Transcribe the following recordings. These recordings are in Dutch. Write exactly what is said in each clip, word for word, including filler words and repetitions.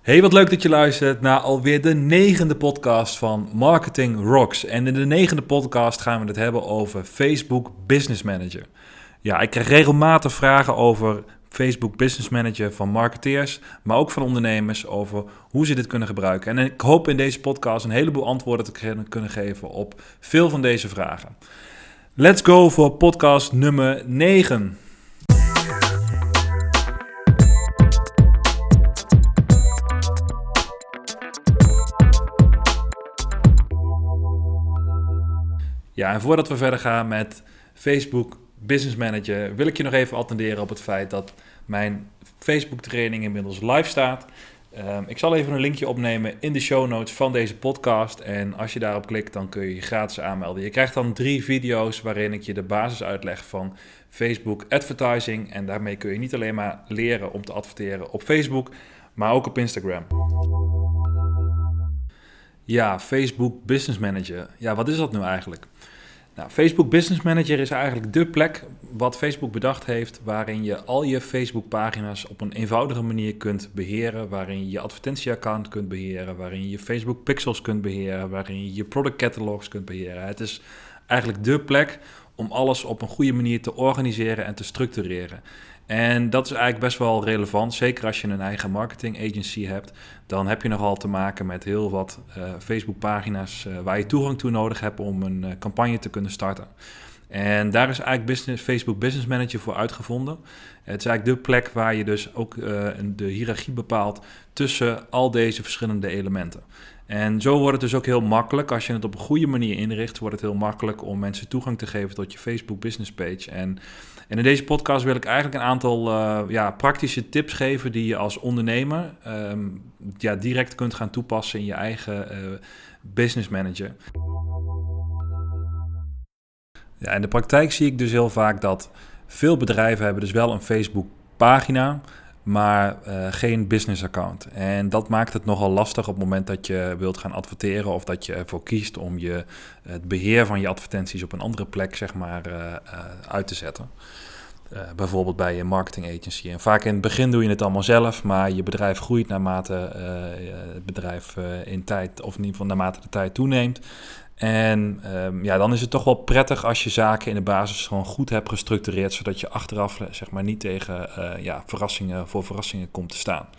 Hey, wat leuk dat je luistert naar alweer de negende podcast van Marketing Rocks. En in de negende podcast gaan we het hebben over Facebook Business Manager. Ja, ik krijg regelmatig vragen over Facebook Business Manager van marketeers, maar ook van ondernemers over hoe ze dit kunnen gebruiken. En ik hoop in deze podcast een heleboel antwoorden te kunnen geven op veel van deze vragen. Let's go voor podcast nummer negen. Ja, en voordat we verder gaan met Facebook Business Manager, wil ik je nog even attenderen op het feit dat mijn Facebook training inmiddels live staat. Um, ik zal even een linkje opnemen in de show notes van deze podcast. En als je daarop klikt, dan kun je je gratis aanmelden. Je krijgt dan drie video's waarin ik je de basis uitleg van Facebook advertising. En daarmee kun je niet alleen maar leren om te adverteren op Facebook, maar ook op Instagram. Ja, Facebook Business Manager. Ja, wat is dat nu eigenlijk? Nou, Facebook Business Manager is eigenlijk de plek wat Facebook bedacht heeft, waarin je al je Facebook-pagina's op een eenvoudige manier kunt beheren, waarin je je advertentieaccount kunt beheren, waarin je je Facebook pixels kunt beheren, waarin je je product catalogs kunt beheren. Het is eigenlijk de plek om alles op een goede manier te organiseren en te structureren. En dat is eigenlijk best wel relevant, zeker als je een eigen marketing agency hebt. Dan heb je nogal te maken met heel wat uh, Facebook-pagina's uh, waar je toegang toe nodig hebt om een uh, campagne te kunnen starten. En daar is eigenlijk business, Facebook Business Manager voor uitgevonden. Het is eigenlijk de plek waar je dus ook uh, de hiërarchie bepaalt tussen al deze verschillende elementen. En zo wordt het dus ook heel makkelijk, als je het op een goede manier inricht, wordt het heel makkelijk om mensen toegang te geven tot je Facebook Business Page. En, en in deze podcast wil ik eigenlijk een aantal uh, ja, praktische tips geven die je als ondernemer um, ja, direct kunt gaan toepassen in je eigen uh, Business Manager. Ja, in de praktijk zie ik dus heel vaak dat veel bedrijven hebben dus wel een Facebook pagina, maar uh, geen business account. En dat maakt het nogal lastig op het moment dat je wilt gaan adverteren of dat je ervoor kiest om je, het beheer van je advertenties op een andere plek zeg maar, uh, uh, uit te zetten. Uh, bijvoorbeeld bij je marketing agency. En vaak in het begin doe je het allemaal zelf, maar je bedrijf groeit naarmate uh, het bedrijf uh, in tijd, of in ieder geval naarmate de tijd toeneemt. En um, ja, dan is het toch wel prettig als je zaken in de basis gewoon goed hebt gestructureerd, zodat je achteraf zeg maar niet tegen uh, ja, verrassingen voor verrassingen komt te staan.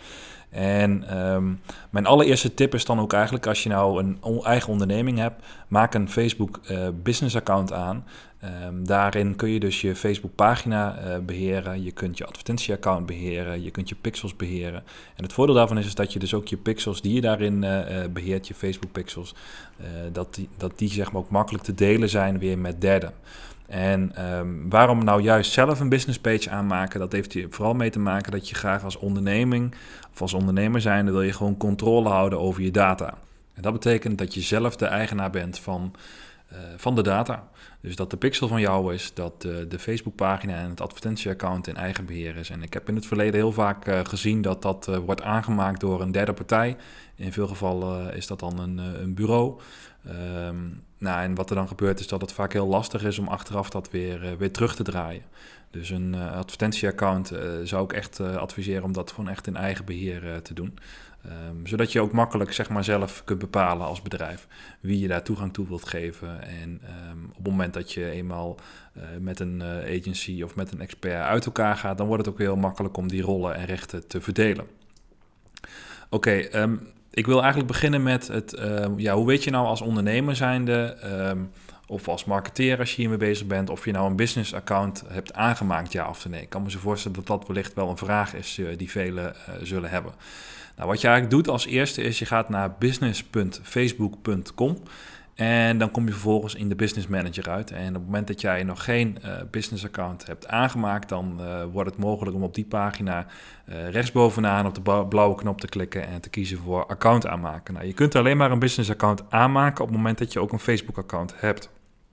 En um, mijn allereerste tip is dan ook eigenlijk, als je nou een on- eigen onderneming hebt, maak een Facebook uh, business account aan. Um, daarin kun je dus je Facebook pagina uh, beheren, je kunt je advertentieaccount beheren, je kunt je pixels beheren. En het voordeel daarvan is, is dat je dus ook je pixels die je daarin uh, beheert, je Facebook pixels, uh, dat die, dat die zeg maar ook makkelijk te delen zijn weer met derden. En um, waarom nou juist zelf een business page aanmaken? Dat heeft hier vooral mee te maken dat je graag als onderneming of als ondernemer zijnde wil je gewoon controle houden over je data. En dat betekent dat je zelf de eigenaar bent van, uh, van de data. Dus dat de pixel van jou is, dat uh, de Facebookpagina en het advertentieaccount in eigen beheer is. En ik heb in het verleden heel vaak uh, gezien dat dat uh, wordt aangemaakt door een derde partij. In veel gevallen uh, is dat dan een, uh, een bureau. Um, nou, en wat er dan gebeurt is dat het vaak heel lastig is om achteraf dat weer, uh, weer terug te draaien. Dus een uh, advertentieaccount uh, zou ik echt uh, adviseren om dat gewoon echt in eigen beheer uh, te doen. Um, zodat je ook makkelijk zeg maar, zelf kunt bepalen als bedrijf wie je daar toegang toe wilt geven. En um, op het moment dat je eenmaal uh, met een uh, agency of met een expert uit elkaar gaat, dan wordt het ook heel makkelijk om die rollen en rechten te verdelen. Oké, okay, um, ik wil eigenlijk beginnen met het, uh, ja, hoe weet je nou als ondernemer zijnde, um, of als marketeer als je hiermee bezig bent, of je nou een business account hebt aangemaakt, ja of nee. Ik kan me zo voorstellen dat dat wellicht wel een vraag is uh, die velen uh, zullen hebben. Nou, wat je eigenlijk doet als eerste is, je gaat naar business punt facebook punt com en dan kom je vervolgens in de Business Manager uit. En op het moment dat jij nog geen uh, business account hebt aangemaakt, dan uh, wordt het mogelijk om op die pagina uh, rechtsbovenaan op de blauwe knop te klikken en te kiezen voor account aanmaken. Nou, je kunt alleen maar een business account aanmaken op het moment dat je ook een Facebook account hebt.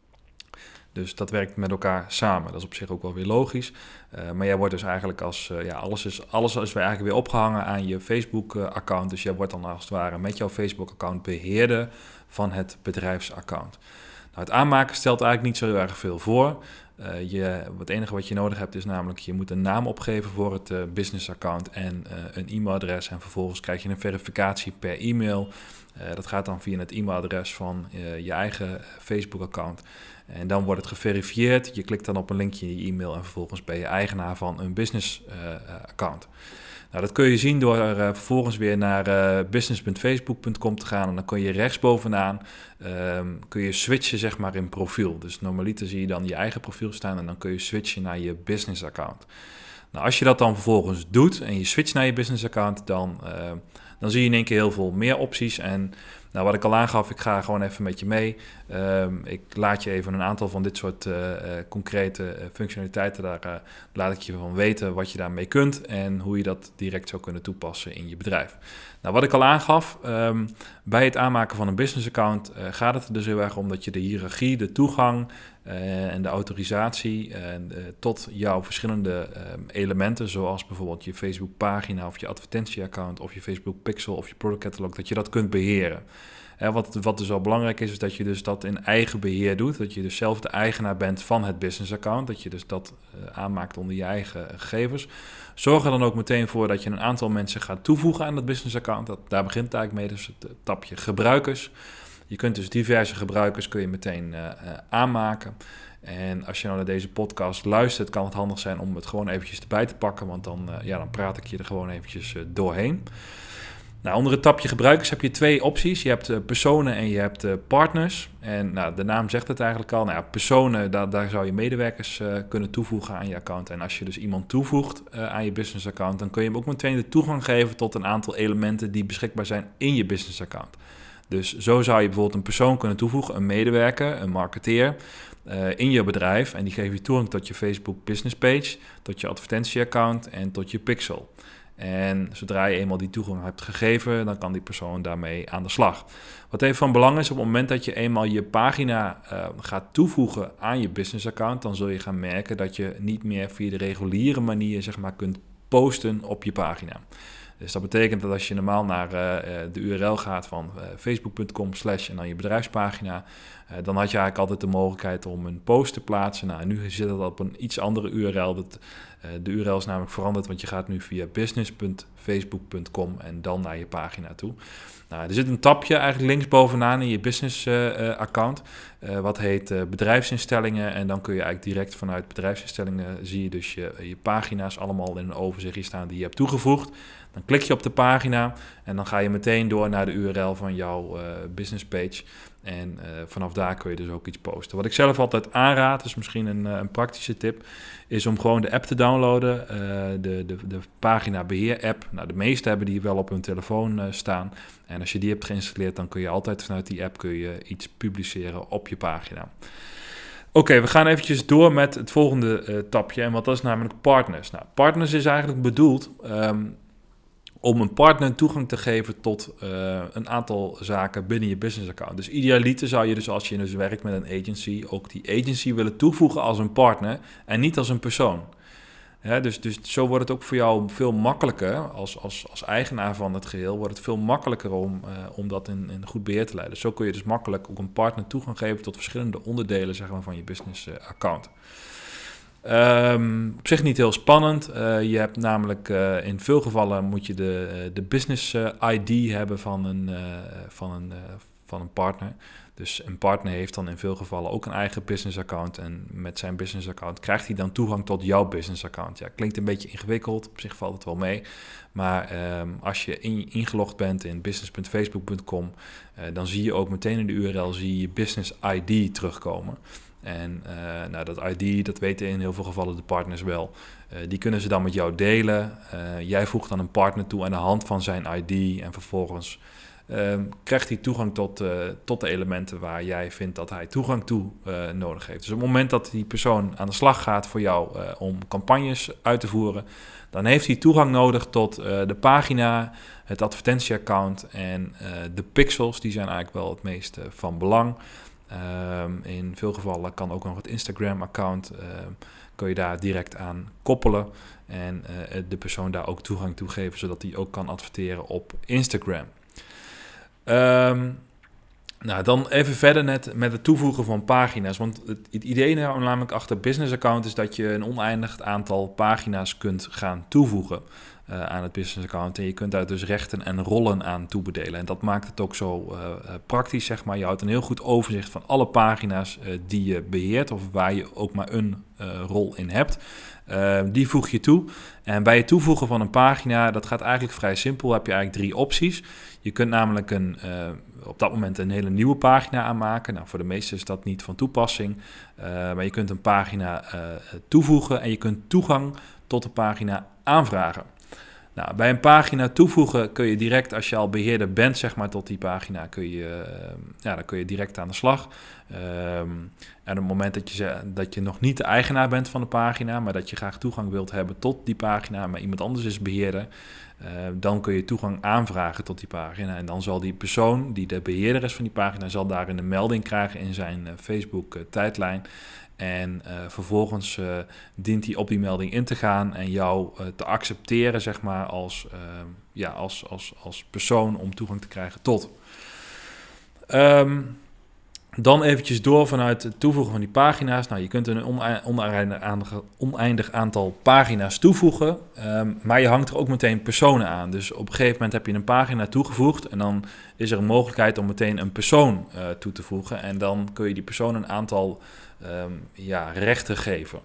Dus dat werkt met elkaar samen. Dat is op zich ook wel weer logisch. Uh, maar jij wordt dus eigenlijk als... Uh, ja, alles is, alles is weer eigenlijk weer opgehangen aan je Facebook-account. Dus jij wordt dan als het ware met jouw Facebook-account beheerder van het bedrijfsaccount. Nou, het aanmaken stelt eigenlijk niet zo heel erg veel voor. Uh, je, het enige wat je nodig hebt is namelijk, je moet een naam opgeven voor het uh, business account en uh, een e-mailadres. En vervolgens krijg je een verificatie per e-mail. Uh, dat gaat dan via het e-mailadres van uh, je eigen Facebook account. En dan wordt het geverifieerd. Je klikt dan op een linkje in je e-mail en vervolgens ben je eigenaar van een business uh, account. Nou, dat kun je zien door uh, vervolgens weer naar uh, business punt facebook punt com te gaan. En dan kun je rechtsbovenaan uh, kun je switchen zeg maar in profiel. Dus normaliter zie je dan je eigen profiel staan en dan kun je switchen naar je business account. Nou, als je dat dan vervolgens doet en je switcht naar je business account, dan, uh, dan zie je in één keer heel veel meer opties. En nou, wat ik al aangaf, ik ga gewoon even met je mee. Um, ik laat je even een aantal van dit soort uh, uh, concrete uh, functionaliteiten, daar uh, laat ik je van weten wat je daarmee kunt en hoe je dat direct zou kunnen toepassen in je bedrijf. Nou, wat ik al aangaf, um, bij het aanmaken van een business account uh, gaat het er dus heel erg om dat je de hiërarchie, de toegang uh, en de autorisatie uh, uh, tot jouw verschillende uh, elementen, zoals bijvoorbeeld je Facebook pagina of je advertentieaccount of je Facebook pixel of je product catalog, dat je dat kunt beheren. He, wat, wat dus al belangrijk is, is dat je dus dat in eigen beheer doet. Dat je dus zelf de eigenaar bent van het business account. Dat je dus dat uh, aanmaakt onder je eigen gegevens. Zorg er dan ook meteen voor dat je een aantal mensen gaat toevoegen aan dat business account. Dat, daar begint het eigenlijk mee, dus het tapje gebruikers. Je kunt dus diverse gebruikers kun je meteen uh, uh, aanmaken. En als je nou naar deze podcast luistert, kan het handig zijn om het gewoon eventjes erbij te pakken. Want dan, uh, ja, dan praat ik je er gewoon eventjes uh, doorheen. Nou, onder het tapje gebruikers heb je twee opties. Je hebt uh, personen en je hebt uh, partners. En nou, de naam zegt het eigenlijk al. Nou ja, personen, daar, daar zou je medewerkers uh, kunnen toevoegen aan je account. En als je dus iemand toevoegt uh, aan je business account, dan kun je hem ook meteen de toegang geven tot een aantal elementen die beschikbaar zijn in je business account. Dus zo zou je bijvoorbeeld een persoon kunnen toevoegen, een medewerker, een marketeer uh, in je bedrijf. En die geeft je toegang tot je Facebook business page, tot je advertentieaccount en tot je pixel. En zodra je eenmaal die toegang hebt gegeven, dan kan die persoon daarmee aan de slag. Wat even van belang is, op het moment dat je eenmaal je pagina uh, gaat toevoegen aan je business account, dan zul je gaan merken dat je niet meer via de reguliere manier zeg maar, kunt posten op je pagina. Dus dat betekent dat als je normaal naar uh, de U R L gaat van uh, facebook punt com slash en dan je bedrijfspagina, uh, dan had je eigenlijk altijd de mogelijkheid om een post te plaatsen. Nou, en nu zit dat op een iets andere U R L. Dat, uh, de U R L is namelijk veranderd, want je gaat nu via business punt facebook punt com en dan naar je pagina toe. Nou, er zit een tabje eigenlijk linksbovenaan in je business uh, uh, account, uh, wat heet uh, bedrijfsinstellingen. En dan kun je eigenlijk direct vanuit bedrijfsinstellingen zie je dus je, je pagina's allemaal in een overzichtje staan die je hebt toegevoegd. Dan klik je op de pagina en dan ga je meteen door naar de U R L van jouw uh, business page. En uh, vanaf daar kun je dus ook iets posten. Wat ik zelf altijd aanraad, is misschien een, uh, een praktische tip, is om gewoon de app te downloaden. Uh, de, de, de pagina beheer app. Nou, de meesten hebben die wel op hun telefoon uh, staan. En als je die hebt geïnstalleerd, dan kun je altijd vanuit die app kun je iets publiceren op je pagina. Oké, okay, we gaan eventjes door met het volgende uh, tapje. En wat dat is namelijk partners. Nou, partners is eigenlijk bedoeld Um, om een partner toegang te geven tot uh, een aantal zaken binnen je business account. Dus idealiter zou je dus als je dus werkt met een agency, ook die agency willen toevoegen als een partner en niet als een persoon. Ja, dus, dus zo wordt het ook voor jou veel makkelijker, als, als, als eigenaar van het geheel, wordt het veel makkelijker om, uh, om dat in, in goed beheer te leiden. Zo kun je dus makkelijk ook een partner toegang geven tot verschillende onderdelen zeg maar, van je business uh, account. Um, op zich niet heel spannend. Uh, je hebt namelijk uh, in veel gevallen moet je de, uh, de business uh, I D hebben van een, uh, van, een, uh, van een partner. Dus een partner heeft dan in veel gevallen ook een eigen business account. En met zijn business account krijgt hij dan toegang tot jouw business account. Ja, klinkt een beetje ingewikkeld. Op zich valt het wel mee. Maar um, als je in, ingelogd bent in business punt facebook punt com, uh, dan zie je ook meteen in de U R L zie je, je business I D terugkomen. En uh, nou, dat I D, dat weten in heel veel gevallen de partners wel. Uh, die kunnen ze dan met jou delen. Uh, jij voegt dan een partner toe aan de hand van zijn I D. En vervolgens uh, krijgt hij toegang tot, uh, tot de elementen waar jij vindt dat hij toegang toe uh, nodig heeft. Dus op het moment dat die persoon aan de slag gaat voor jou uh, om campagnes uit te voeren, dan heeft hij toegang nodig tot uh, de pagina, het advertentieaccount en uh, de pixels. Die zijn eigenlijk wel het meest uh, van belang. Um, in veel gevallen kan ook nog het Instagram-account, uh, kun je daar direct aan koppelen en uh, de persoon daar ook toegang toe geven, zodat hij ook kan adverteren op Instagram. Um, Nou, dan even verder net met het toevoegen van pagina's. Want het, het idee nou namelijk achter Business Account is dat je een oneindig aantal pagina's kunt gaan toevoegen uh, aan het Business Account. En je kunt daar dus rechten en rollen aan toebedelen. En dat maakt het ook zo uh, uh, praktisch, zeg maar. Je houdt een heel goed overzicht van alle pagina's uh, die je beheert of waar je ook maar een uh, rol in hebt. Uh, die voeg je toe. En bij het toevoegen van een pagina, dat gaat eigenlijk vrij simpel, heb je eigenlijk drie opties. Je kunt namelijk een, uh, op dat moment een hele nieuwe pagina aanmaken. Nou, voor de meesten is dat niet van toepassing. Uh, maar je kunt een pagina uh, toevoegen en je kunt toegang tot de pagina aanvragen. Nou, bij een pagina toevoegen kun je direct, als je al beheerder bent, zeg maar, tot die pagina, kun je, uh, ja, dan kun je direct aan de slag. Um, en op het moment dat je, dat je nog niet de eigenaar bent van de pagina, maar dat je graag toegang wilt hebben tot die pagina, maar iemand anders is beheerder, uh, dan kun je toegang aanvragen tot die pagina. En dan zal die persoon, die de beheerder is van die pagina, zal daarin een melding krijgen in zijn uh, Facebook-tijdlijn. En uh, vervolgens uh, dient hij op die melding in te gaan en jou uh, te accepteren, zeg maar, als, uh, ja, als, als, als persoon om toegang te krijgen tot. Um, dan eventjes door vanuit het toevoegen van die pagina's. Nou, je kunt een oneindig, oneindig aantal pagina's toevoegen, um, maar je hangt er ook meteen personen aan. Dus op een gegeven moment heb je een pagina toegevoegd en dan is er een mogelijkheid om meteen een persoon uh, toe te voegen. En dan kun je die persoon een aantal Um, ja, rechten geven.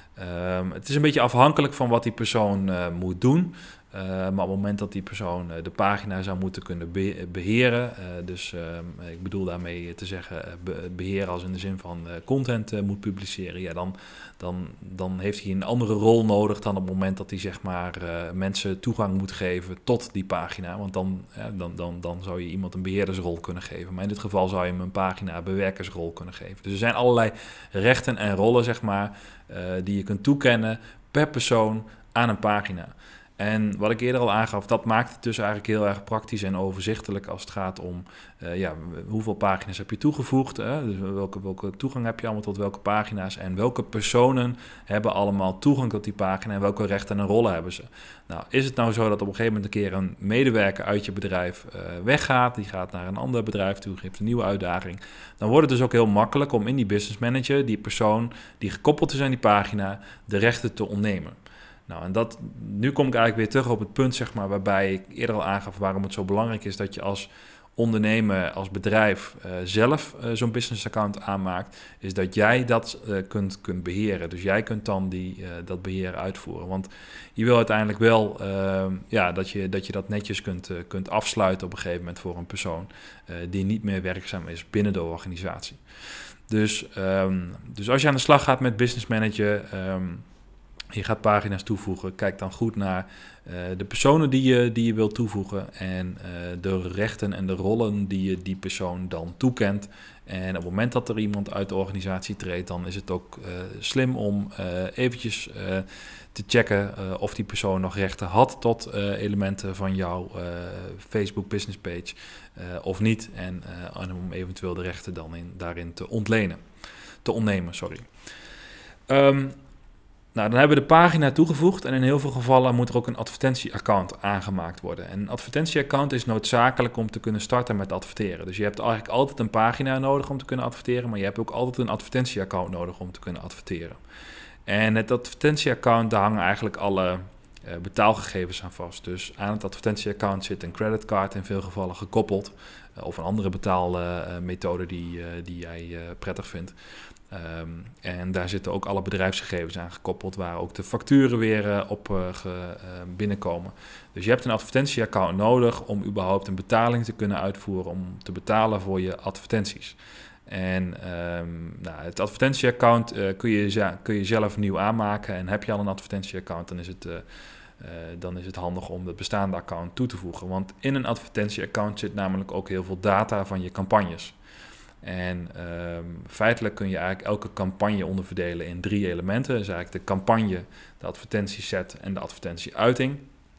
Um, het is een beetje afhankelijk van wat die persoon uh, moet doen. Uh, maar op het moment dat die persoon uh, de pagina zou moeten kunnen be- beheren, uh, dus uh, ik bedoel daarmee te zeggen uh, be- beheren als in de zin van uh, content uh, moet publiceren, ja, dan, dan, dan heeft hij een andere rol nodig dan op het moment dat hij, zeg maar, uh, mensen toegang moet geven tot die pagina. Want dan, uh, dan, dan, dan zou je iemand een beheerdersrol kunnen geven. Maar in dit geval zou je hem een pagina bewerkersrol kunnen geven. Dus er zijn allerlei rechten en rollen, zeg maar, uh, die je kunt toekennen per persoon aan een pagina. En wat ik eerder al aangaf, dat maakt het dus eigenlijk heel erg praktisch en overzichtelijk als het gaat om uh, ja, hoeveel pagina's heb je toegevoegd, hè? Dus welke, welke toegang heb je allemaal tot welke pagina's en welke personen hebben allemaal toegang tot die pagina en welke rechten en rollen hebben ze. Nou, is het nou zo dat op een gegeven moment een keer een medewerker uit je bedrijf uh, weggaat, die gaat naar een ander bedrijf toe, geeft een nieuwe uitdaging, dan wordt het dus ook heel makkelijk om in die business manager die persoon die gekoppeld is aan die pagina de rechten te ontnemen. Nou, en dat, nu kom ik eigenlijk weer terug op het punt, zeg maar, waarbij ik eerder al aangaf waarom het zo belangrijk is dat je als ondernemer, als bedrijf uh, zelf uh, zo'n business account aanmaakt, is dat jij dat uh, kunt, kunt beheren. Dus jij kunt dan die, uh, dat beheer uitvoeren. Want je wil uiteindelijk wel uh, ja, dat, je, dat je dat netjes kunt, uh, kunt afsluiten op een gegeven moment voor een persoon uh, die niet meer werkzaam is binnen de organisatie. Dus, um, dus als je aan de slag gaat met Business Manager, um, je gaat pagina's toevoegen, kijk dan goed naar uh, de personen die je, die je wilt toevoegen en uh, de rechten en de rollen die je die persoon dan toekent. En op het moment dat er iemand uit de organisatie treedt, dan is het ook uh, slim om uh, eventjes uh, te checken uh, of die persoon nog rechten had tot uh, elementen van jouw uh, Facebook business page uh, of niet. En, uh, en om eventueel de rechten dan in, daarin te ontlenen, te ontnemen, sorry. Um, Nou, dan hebben we de pagina toegevoegd en in heel veel gevallen moet er ook een advertentie-account aangemaakt worden. En een advertentie-account is noodzakelijk om te kunnen starten met adverteren. Dus je hebt eigenlijk altijd een pagina nodig om te kunnen adverteren, maar je hebt ook altijd een advertentie-account nodig om te kunnen adverteren. En het advertentie-account, daar hangen eigenlijk alle uh, betaalgegevens aan vast. Dus aan het advertentie-account zit een creditcard in veel gevallen gekoppeld, uh, of een andere betaalmethode uh, die, uh, die jij uh, prettig vindt. Um, en daar zitten ook alle bedrijfsgegevens aan gekoppeld, waar ook de facturen weer uh, op uh, ge, uh, binnenkomen. Dus je hebt een advertentieaccount nodig om überhaupt een betaling te kunnen uitvoeren, om te betalen voor je advertenties. En um, nou, het advertentieaccount uh, kun, je, kun je zelf nieuw aanmaken. En heb je al een advertentieaccount, dan is het, uh, uh, dan is het handig om het bestaande account toe te voegen. Want in een advertentieaccount zit namelijk ook heel veel data van je campagnes. En um, feitelijk kun je eigenlijk elke campagne onderverdelen in drie elementen. Dus eigenlijk de campagne, de advertentieset en de advertentieuiting.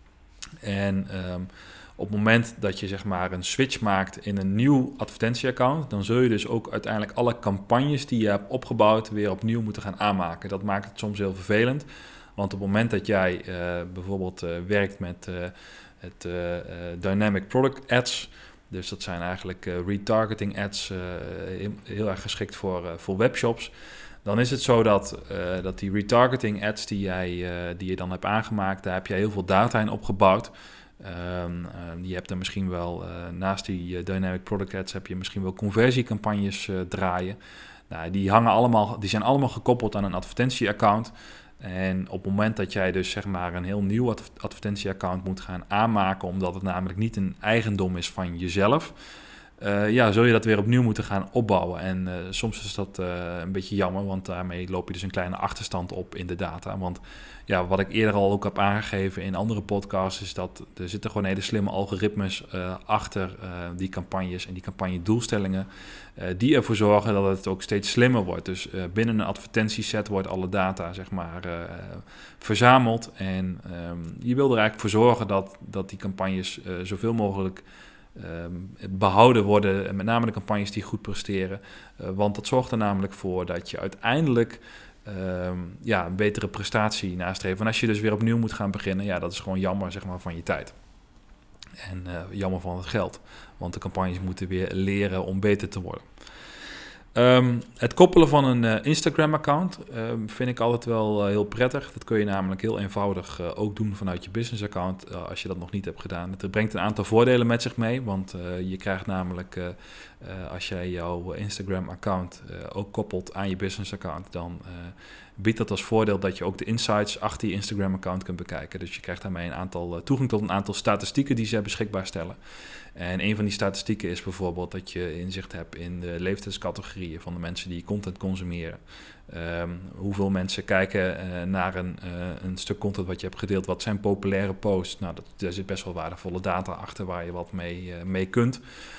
En um, op het moment dat je, zeg maar, een switch maakt in een nieuw advertentieaccount, dan zul je dus ook uiteindelijk alle campagnes die je hebt opgebouwd weer opnieuw moeten gaan aanmaken. Dat maakt het soms heel vervelend. Want op het moment dat jij uh, bijvoorbeeld uh, werkt met uh, het uh, uh, Dynamic Product Ads, Dus dat zijn eigenlijk uh, retargeting ads, uh, heel, heel erg geschikt voor, uh, voor webshops. Dan is het zo dat, uh, dat die retargeting ads die, jij, uh, die je dan hebt aangemaakt, daar heb je heel veel data in opgebouwd. Um, uh, je hebt er misschien wel, uh, naast die uh, dynamic product ads, heb je misschien wel conversiecampagnes uh, draaien. Nou, die, hangen allemaal, die zijn allemaal gekoppeld aan een advertentieaccount. En op het moment dat jij dus zeg maar een heel nieuw advertentieaccount moet gaan aanmaken, omdat het namelijk niet een eigendom is van jezelf, uh, ja, zul je dat weer opnieuw moeten gaan opbouwen. En uh, soms is dat uh, een beetje jammer, want daarmee loop je dus een kleine achterstand op in de data. Want ja, wat ik eerder al ook heb aangegeven in andere podcasts, is dat er zitten gewoon hele slimme algoritmes uh, achter uh, die campagnes en die campagnedoelstellingen, uh, die ervoor zorgen dat het ook steeds slimmer wordt. Dus uh, binnen een advertentieset wordt alle data zeg maar uh, verzameld en um, je wil er eigenlijk voor zorgen dat, dat die campagnes uh, zoveel mogelijk Um, behouden worden, met name de campagnes die goed presteren. Uh, want dat zorgt er namelijk voor dat je uiteindelijk um, ja, een betere prestatie nastreeft. En als je dus weer opnieuw moet gaan beginnen, ja, dat is gewoon jammer zeg maar, van je tijd. En uh, jammer van het geld. Want de campagnes moeten weer leren om beter te worden. Um, het koppelen van een uh, Instagram-account um, vind ik altijd wel uh, heel prettig. Dat kun je namelijk heel eenvoudig uh, ook doen vanuit je business-account uh, als je dat nog niet hebt gedaan. Het brengt een aantal voordelen met zich mee, want uh, je krijgt namelijk uh, uh, als jij jouw Instagram-account uh, ook koppelt aan je business-account, dan uh, biedt dat als voordeel dat je ook de insights achter je Instagram-account kunt bekijken. Dus je krijgt daarmee een aantal, uh, toegang tot een aantal statistieken die ze beschikbaar stellen. En een van die statistieken is bijvoorbeeld dat je inzicht hebt in de leeftijdscategorieën van de mensen die content consumeren. Um, hoeveel mensen kijken uh, naar een, uh, een stuk content wat je hebt gedeeld. Wat zijn populaire posts? Nou, dat, daar zit best wel waardevolle data achter waar je wat mee, uh, mee kunt.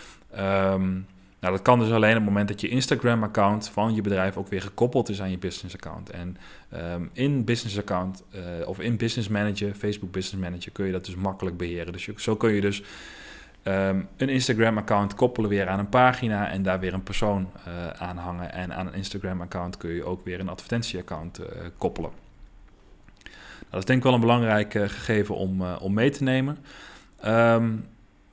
Um, nou, dat kan dus alleen op het moment dat je Instagram-account van je bedrijf ook weer gekoppeld is aan je business-account. En um, in business-account uh, of in Business Manager, Facebook Business Manager, kun je dat dus makkelijk beheren. Dus je, zo kun je dus Um, een Instagram-account koppelen weer aan een pagina en daar weer een persoon uh, aan hangen. En aan een Instagram-account kun je ook weer een advertentie-account uh, koppelen. Nou, dat is denk ik wel een belangrijk uh, gegeven om, uh, om mee te nemen. Um,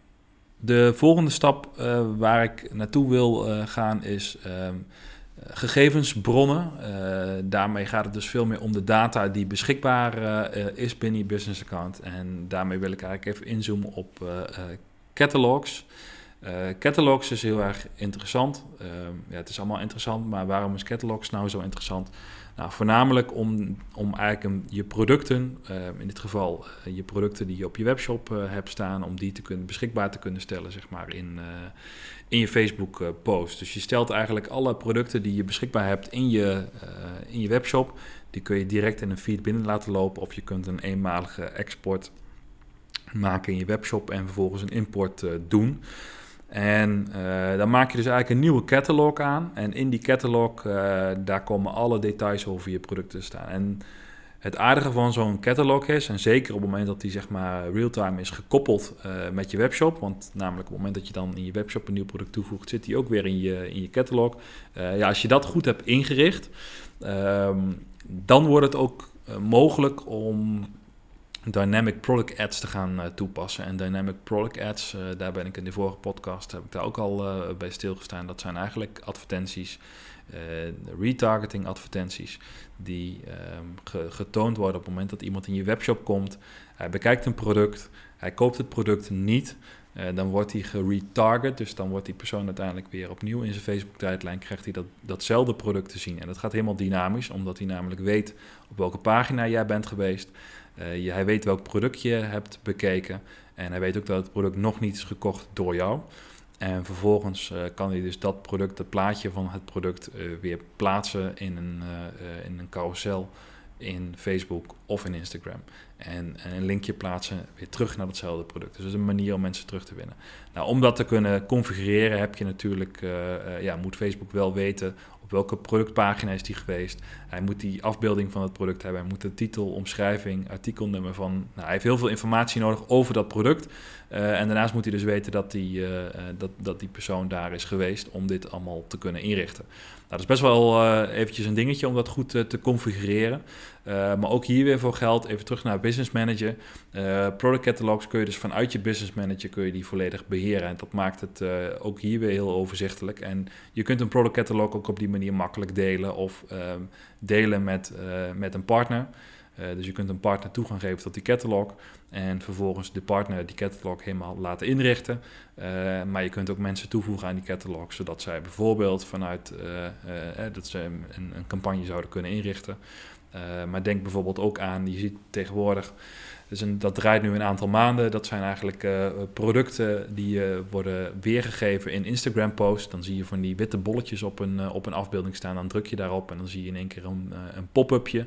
de volgende stap uh, waar ik naartoe wil uh, gaan is um, gegevensbronnen. Uh, daarmee gaat het dus veel meer om de data die beschikbaar uh, is binnen je business-account. En daarmee wil ik eigenlijk even inzoomen op uh, uh, catalogs. Uh, catalogs is heel erg interessant. Uh, ja, het is allemaal interessant, maar waarom is catalogs nou zo interessant? Nou, voornamelijk om, om eigenlijk een, je producten, uh, in dit geval uh, je producten die je op je webshop uh, hebt staan, om die te kunnen, beschikbaar te kunnen stellen zeg maar, in, uh, in je Facebook uh, post. Dus je stelt eigenlijk alle producten die je beschikbaar hebt in je, uh, in je webshop, die kun je direct in een feed binnen laten lopen, of je kunt een eenmalige export maken in je webshop en vervolgens een import uh, doen. En uh, dan maak je dus eigenlijk een nieuwe catalog aan. En in die catalog, uh, daar komen alle details over je producten te staan. En het aardige van zo'n catalog is, en zeker op het moment dat die zeg maar real-time is gekoppeld uh, met je webshop, want namelijk op het moment dat je dan in je webshop een nieuw product toevoegt, zit die ook weer in je, in je catalog. Uh, ja, als je dat goed hebt ingericht, uh, dan wordt het ook uh, mogelijk om dynamic product ads te gaan uh, toepassen. En dynamic product ads, uh, daar ben ik in de vorige podcast, heb ik daar ook al uh, bij stilgestaan. Dat zijn eigenlijk advertenties, uh, retargeting advertenties, die uh, ge- getoond worden op het moment dat iemand in je webshop komt. Hij bekijkt een product, hij koopt het product niet. Uh, dan wordt hij geretarget, dus dan wordt die persoon uiteindelijk weer opnieuw in zijn Facebook-tijdlijn, krijgt hij dat, datzelfde product te zien. En dat gaat helemaal dynamisch, omdat hij namelijk weet op welke pagina jij bent geweest. Uh, je, hij weet welk product je hebt bekeken en hij weet ook dat het product nog niet is gekocht door jou. En vervolgens uh, kan hij dus dat product, het plaatje van het product, uh, weer plaatsen in een, uh, uh, in een carousel in Facebook of in Instagram. En, en een linkje plaatsen weer terug naar datzelfde product. Dus dat is een manier om mensen terug te winnen. Nou, om dat te kunnen configureren heb je natuurlijk, uh, uh, ja, moet Facebook wel weten op op welke productpagina is die geweest. Hij moet die afbeelding van het product hebben. Hij moet de titel, omschrijving, artikelnummer van... Nou, hij heeft heel veel informatie nodig over dat product. Uh, en daarnaast moet hij dus weten dat die, uh, dat, dat die persoon daar is geweest om dit allemaal te kunnen inrichten. Nou, dat is best wel uh, eventjes een dingetje om dat goed uh, te configureren. Uh, maar ook hier weer voor geldt, even terug naar Business Manager. Uh, product catalogs kun je dus vanuit je Business Manager kun je die volledig beheren. En dat maakt het uh, ook hier weer heel overzichtelijk. En je kunt een product catalog ook op die manier makkelijk delen of uh, delen met, uh, met een partner. Uh, dus je kunt een partner toegang geven tot die catalog en vervolgens de partner die catalog helemaal laten inrichten. Uh, maar je kunt ook mensen toevoegen aan die catalog, zodat zij bijvoorbeeld vanuit uh, uh, uh, dat ze een, een campagne zouden kunnen inrichten. Uh, maar denk bijvoorbeeld ook aan, je ziet tegenwoordig, dus een, dat draait nu een aantal maanden, dat zijn eigenlijk uh, producten die uh, worden weergegeven in Instagram posts. Dan zie je van die witte bolletjes op een, uh, op een afbeelding staan, dan druk je daarop en dan zie je in één keer een, uh, een pop-upje.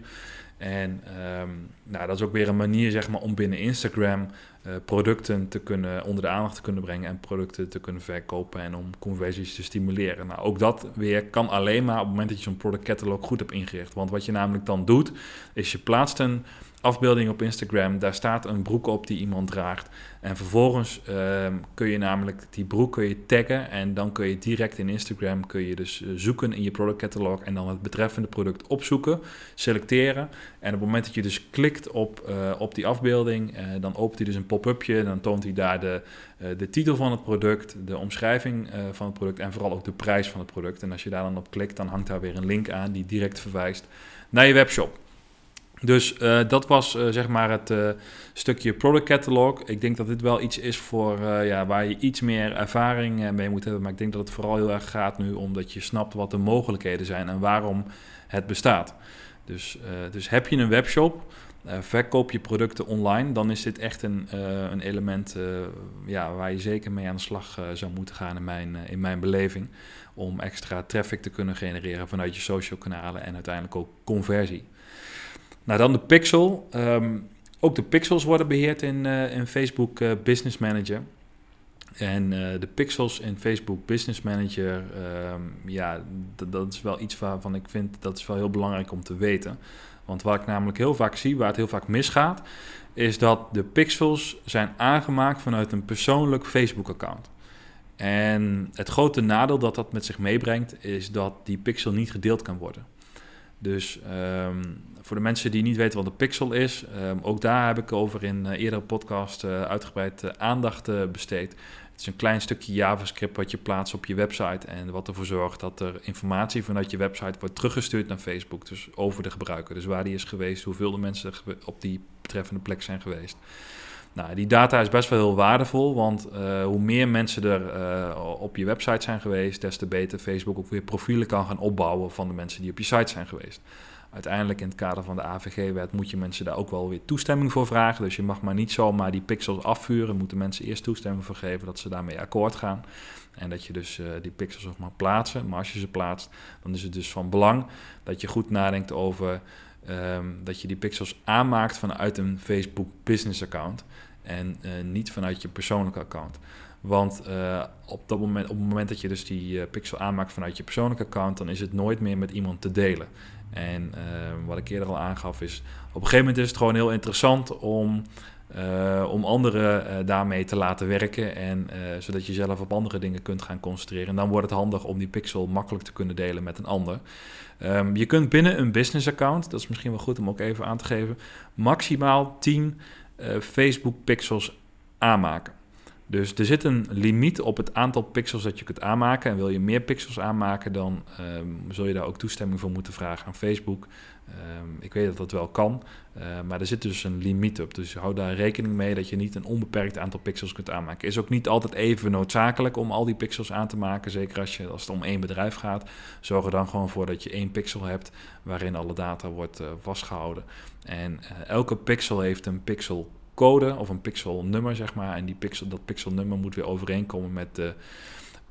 En um, nou, dat is ook weer een manier, zeg maar, om binnen Instagram uh, producten te kunnen, onder de aandacht te kunnen brengen en producten te kunnen verkopen en om conversies te stimuleren. Nou, ook dat weer kan alleen maar op het moment dat je zo'n product catalog goed hebt ingericht. Want wat je namelijk dan doet, is je plaatst een afbeelding op Instagram, daar staat een broek op die iemand draagt. En vervolgens uh, kun je namelijk die broek kun je taggen en dan kun je direct in Instagram kun je dus zoeken in je product catalog en dan het betreffende product opzoeken, selecteren. En op het moment dat je dus klikt op, uh, op die afbeelding, uh, dan opent hij dus een pop-upje, dan toont hij daar de, uh, de titel van het product, de omschrijving uh, van het product en vooral ook de prijs van het product. En als je daar dan op klikt, dan hangt daar weer een link aan die direct verwijst naar je webshop. Dus uh, dat was uh, zeg maar het uh, stukje product catalog. Ik denk dat dit wel iets is voor uh, ja, waar je iets meer ervaring uh, mee moet hebben. Maar ik denk dat het vooral heel erg gaat nu omdat je snapt wat de mogelijkheden zijn en waarom het bestaat. Dus, uh, dus heb je een webshop, uh, verkoop je producten online, dan is dit echt een, uh, een element uh, ja, waar je zeker mee aan de slag uh, zou moeten gaan in mijn, uh, in mijn beleving. Om extra traffic te kunnen genereren vanuit je social kanalen en uiteindelijk ook conversie. Nou, dan de pixel. Um, ook de pixels worden beheerd in, uh, in Facebook uh, Business Manager. En uh, de pixels in Facebook Business Manager, um, ja, d- dat is wel iets waarvan ik vind, dat is wel heel belangrijk om te weten. Want wat ik namelijk heel vaak zie, waar het heel vaak misgaat, is dat de pixels zijn aangemaakt vanuit een persoonlijk Facebook-account. En het grote nadeel dat dat met zich meebrengt, is dat die pixel niet gedeeld kan worden. Dus um, voor de mensen die niet weten wat een pixel is, um, ook daar heb ik over in uh, eerdere podcast uh, uitgebreid uh, aandacht uh, besteed. Het is een klein stukje JavaScript wat je plaatst op je website en wat ervoor zorgt dat er informatie vanuit je website wordt teruggestuurd naar Facebook, dus over de gebruiker. Dus waar die is geweest, hoeveel de mensen op die betreffende plek zijn geweest. Nou, die data is best wel heel waardevol, want uh, hoe meer mensen er uh, op je website zijn geweest, des te beter Facebook ook weer profielen kan gaan opbouwen van de mensen die op je site zijn geweest. Uiteindelijk in het kader van de A V G-wet moet je mensen daar ook wel weer toestemming voor vragen. Dus je mag maar niet zomaar die pixels afvuren. Moeten mensen eerst toestemming voor geven dat ze daarmee akkoord gaan. En dat je dus uh, die pixels ook mag plaatsen. Maar als je ze plaatst, dan is het dus van belang dat je goed nadenkt over um, dat je die pixels aanmaakt vanuit een Facebook business account. En uh, niet vanuit je persoonlijke account. Want uh, op, dat moment, op het moment dat je dus die uh, pixel aanmaakt vanuit je persoonlijke account, dan is het nooit meer met iemand te delen. En uh, wat ik eerder al aangaf is, op een gegeven moment is het gewoon heel interessant om, uh, om anderen uh, daarmee te laten werken. En uh, zodat je zelf op andere dingen kunt gaan concentreren. En dan wordt het handig om die pixel makkelijk te kunnen delen met een ander. Um, je kunt binnen een business account, dat is misschien wel goed om ook even aan te geven, maximaal tien uh, Facebook pixels aanmaken. Dus er zit een limiet op het aantal pixels dat je kunt aanmaken. En wil je meer pixels aanmaken, dan um, zul je daar ook toestemming voor moeten vragen aan Facebook. Um, ik weet dat dat wel kan, uh, maar er zit dus een limiet op. Dus hou daar rekening mee dat je niet een onbeperkt aantal pixels kunt aanmaken. Is ook niet altijd even noodzakelijk om al die pixels aan te maken. Zeker als, je, als het om één bedrijf gaat. Zorg er dan gewoon voor dat je één pixel hebt waarin alle data wordt uh, vastgehouden. En uh, elke pixel heeft een pixel code of een pixelnummer, zeg maar. En die pixel, dat pixelnummer moet weer overeenkomen met de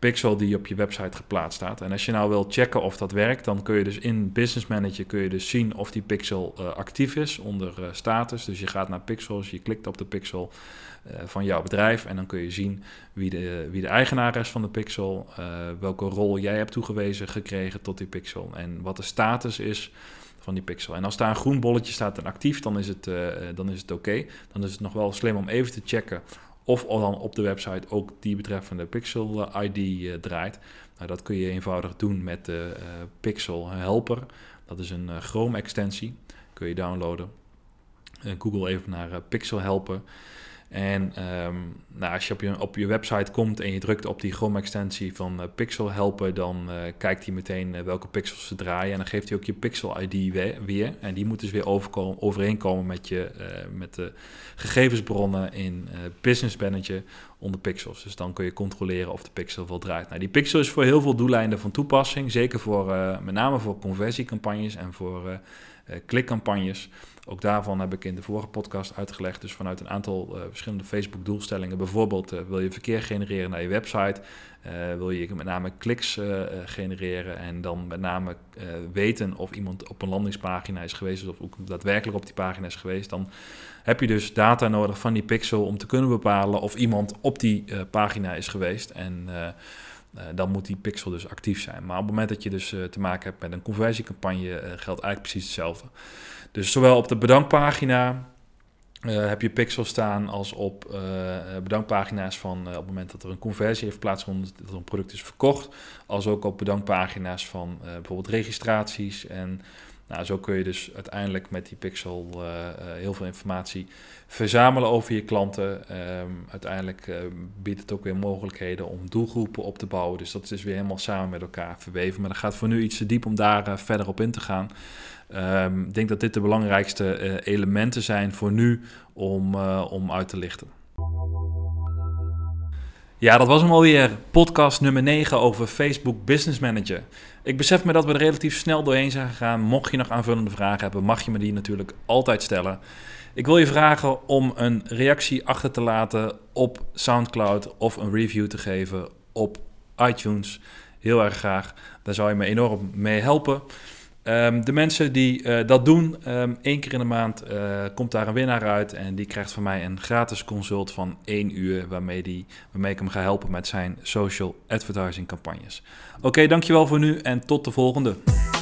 pixel die op je website geplaatst staat. En als je nou wil checken of dat werkt, dan kun je dus in Business Manager kun je dus zien of die pixel uh, actief is onder uh, status. Dus je gaat naar pixels, je klikt op de pixel uh, van jouw bedrijf en dan kun je zien wie de, wie de eigenaar is van de pixel, uh, welke rol jij hebt toegewezen gekregen tot die pixel en wat de status is van die pixel. En als daar een groen bolletje staat en actief, dan is het, uh, dan is het oké. Okay. Dan is het nog wel slim om even te checken of dan op de website ook die betreffende Pixel I D uh, draait. Nou, dat kun je eenvoudig doen met de uh, Pixel Helper. Dat is een uh, Chrome extensie. Kun je downloaden. Uh, Google even naar uh, Pixel Helper. En um, nou, als je op, je op je website komt en je drukt op die Chrome extensie van uh, Pixel Helper, dan uh, kijkt hij meteen uh, welke pixels ze draaien. En dan geeft hij ook je Pixel I D weer. weer. En die moet dus weer overkomen, overeenkomen met, je, uh, met de gegevensbronnen in uh, Business Manager onder pixels. Dus dan kun je controleren of de pixel wel draait. Nou, die pixel is voor heel veel doeleinden van toepassing. Zeker voor, uh, met name voor conversiecampagnes en voor uh, uh, klikcampagnes. Ook daarvan heb ik in de vorige podcast uitgelegd. Dus vanuit een aantal uh, verschillende Facebook-doelstellingen. Bijvoorbeeld uh, wil je verkeer genereren naar je website. Uh, wil je met name kliks uh, uh, genereren. En dan met name uh, weten of iemand op een landingspagina is geweest. Of ook daadwerkelijk op die pagina is geweest. Dan heb je dus data nodig van die pixel om te kunnen bepalen of iemand op die uh, pagina is geweest. En uh, Uh, dan moet die pixel dus actief zijn. Maar op het moment dat je dus uh, te maken hebt met een conversiecampagne, uh, geldt eigenlijk precies hetzelfde. Dus zowel op de bedankpagina uh, heb je pixel staan als op uh, bedankpagina's van uh, op het moment dat er een conversie heeft plaatsgevonden, dat er een product is verkocht, als ook op bedankpagina's van uh, bijvoorbeeld registraties. En nou, zo kun je dus uiteindelijk met die pixel uh, uh, heel veel informatie verzamelen over je klanten. Um, uiteindelijk uh, biedt het ook weer mogelijkheden om doelgroepen op te bouwen. Dus dat is dus weer helemaal samen met elkaar verweven. Maar dat gaat voor nu iets te diep om daar uh, verder op in te gaan. Um, ik denk dat dit de belangrijkste uh, elementen zijn voor nu om, uh, om uit te lichten. Ja, dat was hem alweer. Podcast nummer negen over Facebook Business Manager. Ik besef me dat we er relatief snel doorheen zijn gegaan. Mocht je nog aanvullende vragen hebben, mag je me die natuurlijk altijd stellen. Ik wil je vragen om een reactie achter te laten op SoundCloud of een review te geven op iTunes. Heel erg graag. Daar zou je me enorm mee helpen. Um, de mensen die uh, dat doen, um, één keer in de maand uh, komt daar een winnaar uit en die krijgt van mij een gratis consult van één uur waarmee, die, waarmee ik hem ga helpen met zijn social advertising campagnes. Oké, okay, dankjewel voor nu en tot de volgende.